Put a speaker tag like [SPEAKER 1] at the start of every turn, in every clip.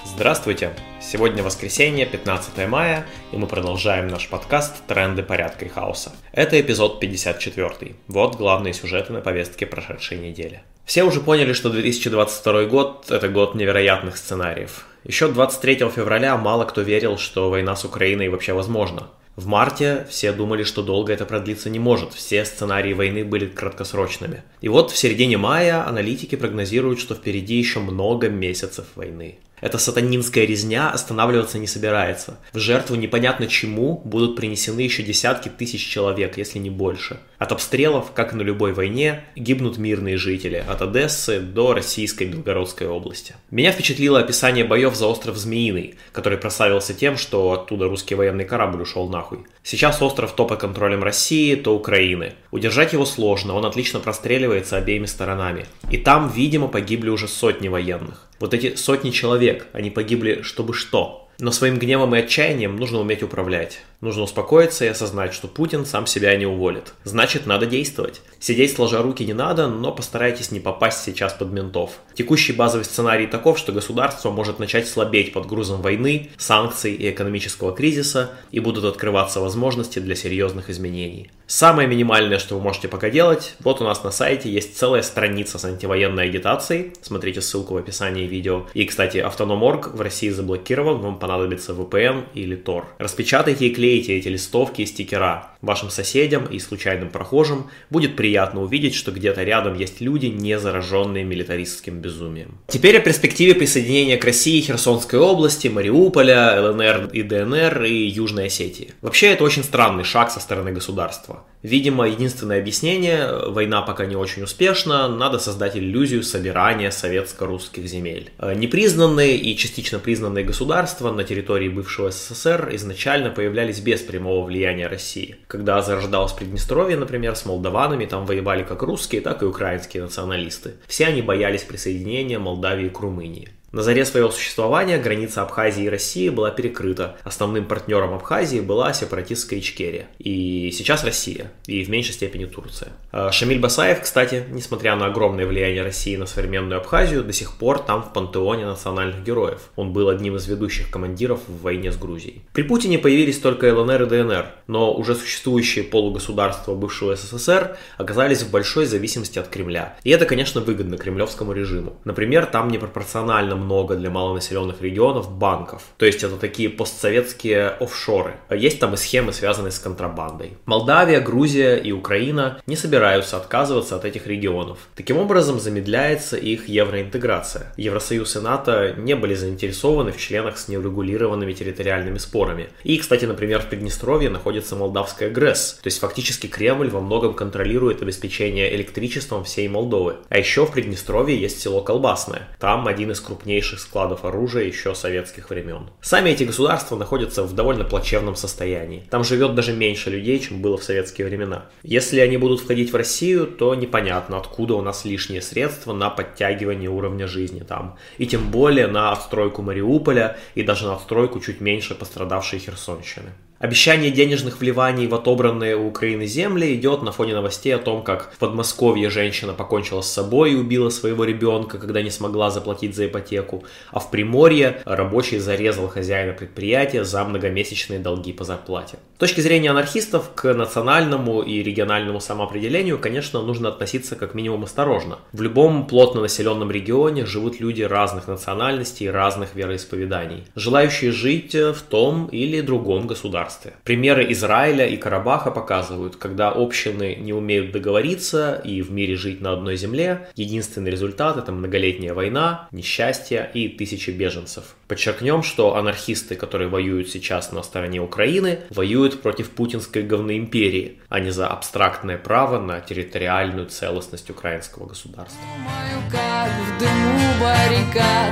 [SPEAKER 1] Здравствуйте! Сегодня воскресенье, 15 мая, и мы продолжаем наш подкаст «Тренды порядка и хаоса». Это эпизод 54. Вот главные сюжеты на повестке прошедшей недели. Все уже поняли, что 2022 год – это год невероятных сценариев. Еще 23 февраля мало кто верил, что война с Украиной вообще возможна. В марте все думали, что долго это продлиться не может, все сценарии войны были краткосрочными. И вот в середине мая аналитики прогнозируют, что впереди еще много месяцев войны. Эта сатанинская резня останавливаться не собирается. В жертву непонятно чему будут принесены еще десятки тысяч человек, если не больше. От обстрелов, как и на любой войне, гибнут мирные жители, от Одессы до российской Белгородской области. Меня впечатлило описание боев за остров Змеиный, который прославился тем, что оттуда русский военный корабль ушел нахуй. Сейчас остров то под контролем России, то Украины. Удержать его сложно, он отлично простреливается обеими сторонами. И там, видимо, погибли уже сотни военных. Вот эти сотни человек, они погибли чтобы что? Но своим гневом и отчаянием нужно уметь управлять. Нужно успокоиться и осознать, что Путин сам себя не уволит. Значит, надо действовать. Сидеть сложа руки не надо, но постарайтесь не попасть сейчас под ментов. Текущий базовый сценарий таков, что государство может начать слабеть под грузом войны, санкций и экономического кризиса, и будут открываться возможности для серьезных изменений. Самое минимальное, что вы можете пока делать, вот у нас на сайте есть целая страница с антивоенной агитацией. Смотрите ссылку в описании видео. И, кстати, Автоном.орг в России заблокирован, вам понадобится VPN или Tor. Распечатайте и клейте эти листовки и стикера. Вашим соседям и случайным прохожим будет приятно увидеть, что где-то рядом есть люди, не зараженные милитаристским безумием. Теперь о перспективе присоединения к России Херсонской области, Мариуполя, ЛНР и ДНР и Южной Осетии. Вообще, это очень странный шаг со стороны государства. Видимо, единственное объяснение – война пока не очень успешна, надо создать иллюзию собирания советско-русских земель. Непризнанные и частично признанные государства на территории бывшего СССР изначально появлялись без прямого влияния России. Когда зарождалось Приднестровье, например, с молдаванами там воевали как русские, так и украинские националисты. Все они боялись присоединения Молдавии к Румынии. На заре своего существования граница Абхазии и России была перекрыта. Основным партнером Абхазии была сепаратистская Ичкерия. И сейчас Россия. И в меньшей степени Турция. Шамиль Басаев, кстати, несмотря на огромное влияние России на современную Абхазию, до сих пор там в пантеоне национальных героев. Он был одним из ведущих командиров в войне с Грузией. При Путине появились только ЛНР и ДНР. Но уже существующие полугосударства бывшего СССР оказались в большой зависимости от Кремля. И это, конечно, выгодно кремлевскому режиму. Например, там непропорционально много для малонаселенных регионов банков. То есть это такие постсоветские офшоры. Есть там и схемы, связанные с контрабандой. Молдавия, Грузия и Украина не собираются отказываться от этих регионов. Таким образом замедляется их евроинтеграция. Евросоюз и НАТО не были заинтересованы в членах с неурегулированными территориальными спорами. И, кстати, например, в Приднестровье находится молдавская ГРЭС. То есть фактически Кремль во многом контролирует обеспечение электричеством всей Молдовы. А еще в Приднестровье есть село Колбасное. Там один из крупнейших складов оружия еще советских времен. Сами эти государства находятся в довольно плачевном состоянии. Там живет даже меньше людей, чем было в советские времена. Если они будут входить в Россию, то непонятно, откуда у нас лишние средства на подтягивание уровня жизни там. И тем более на отстройку Мариуполя и даже на отстройку чуть меньше пострадавшей Херсонщины. Обещание денежных вливаний в отобранные у Украины земли идет на фоне новостей о том, как в Подмосковье женщина покончила с собой и убила своего ребенка, когда не смогла заплатить за ипотеку, а в Приморье рабочий зарезал хозяина предприятия за многомесячные долги по зарплате. С точки зрения анархистов, к национальному и региональному самоопределению, конечно, нужно относиться как минимум осторожно. В любом плотно населенном регионе живут люди разных национальностей и разных вероисповеданий, желающие жить в том или другом государстве. Примеры Израиля и Карабаха показывают, когда общины не умеют договориться и в мире жить на одной земле, единственный результат – это многолетняя война, несчастье и тысячи беженцев. Подчеркнем, что анархисты, которые воюют сейчас на стороне Украины, воюют против путинской говноимперии, а не за абстрактное право на территориальную целостность украинского государства.
[SPEAKER 2] Думаю, как в дыму баррикад,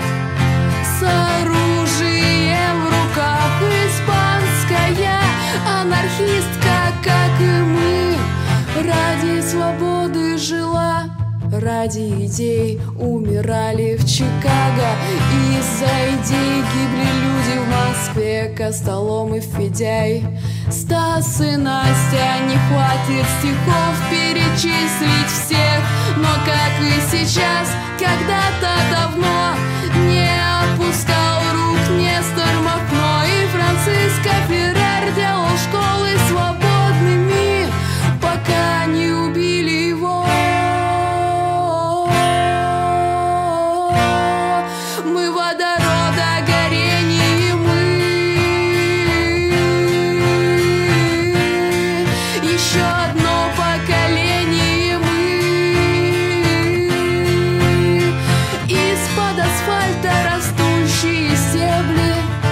[SPEAKER 2] с оружием в руках, испанская анархистка, как и мы, ради свободы жила, ради идей умирали в Чикаго, из-за идей гибли люди в Москве, Костолом и Федяй. Стас и Настя, не хватит стихов перечислить всех, но как и сейчас, когда-то давно не опускал рук волны водорода, горение мы. Еще одно поколение мы. Из-под асфальта растущие стебли.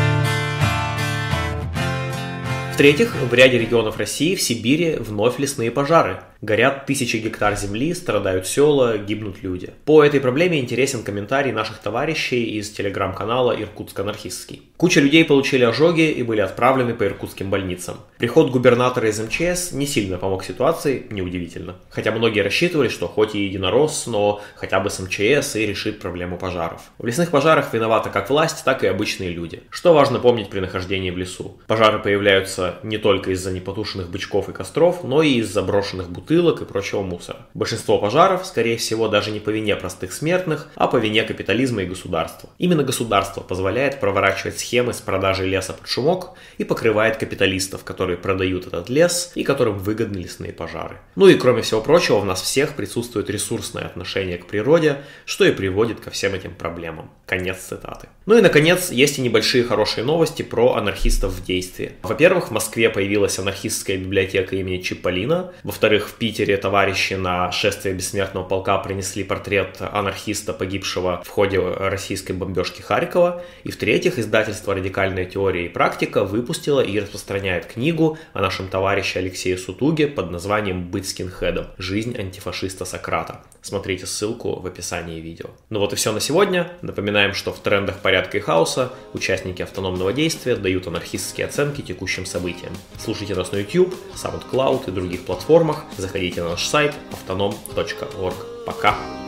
[SPEAKER 1] В-третьих, в ряде регионов России, в Сибири, вновь лесные пожары. Горят тысячи гектар земли, страдают села, гибнут люди. По этой проблеме интересен комментарий наших товарищей из телеграм-канала «Иркутск анархистский». Куча людей получили ожоги и были отправлены по иркутским больницам. Приход губернатора из МЧС не сильно помог ситуации, неудивительно. Хотя многие рассчитывали, что хоть и единорос, но хотя бы с МЧС и решит проблему пожаров. В лесных пожарах виновата как власть, так и обычные люди. Что важно помнить при нахождении в лесу? Пожары появляются не только из-за непотушенных бычков и костров, но и из-за брошенных бутылок и прочего мусора. Большинство пожаров, скорее всего, даже не по вине простых смертных, а по вине капитализма и государства. Именно государство позволяет проворачивать схемы с продажей леса под шумок и покрывает капиталистов, которые продают этот лес и которым выгодны лесные пожары. Ну и кроме всего прочего, в нас всех присутствует ресурсное отношение к природе, что и приводит ко всем этим проблемам. Конец цитаты. Ну и наконец, есть и небольшие хорошие новости про анархистов в действии. Во-первых, в Москве появилась анархистская библиотека имени Чиполлино. Во-вторых, в Питере товарищи на шествие бессмертного полка принесли портрет анархиста, погибшего в ходе российской бомбежки Харькова. И в-третьих, издательство «Радикальная теория и практика» выпустило и распространяет книгу о нашем товарище Алексее Сутуге под названием «Быть скинхедом. Жизнь антифашиста Сократа». Смотрите ссылку в описании видео. Ну вот и все на сегодня. Напоминаем, что в трендах порядка и хаоса участники автономного действия дают анархистские оценки текущим событиям. Слушайте нас на YouTube, SoundCloud и других платформах. Заходите на наш сайт autonom.org. Пока!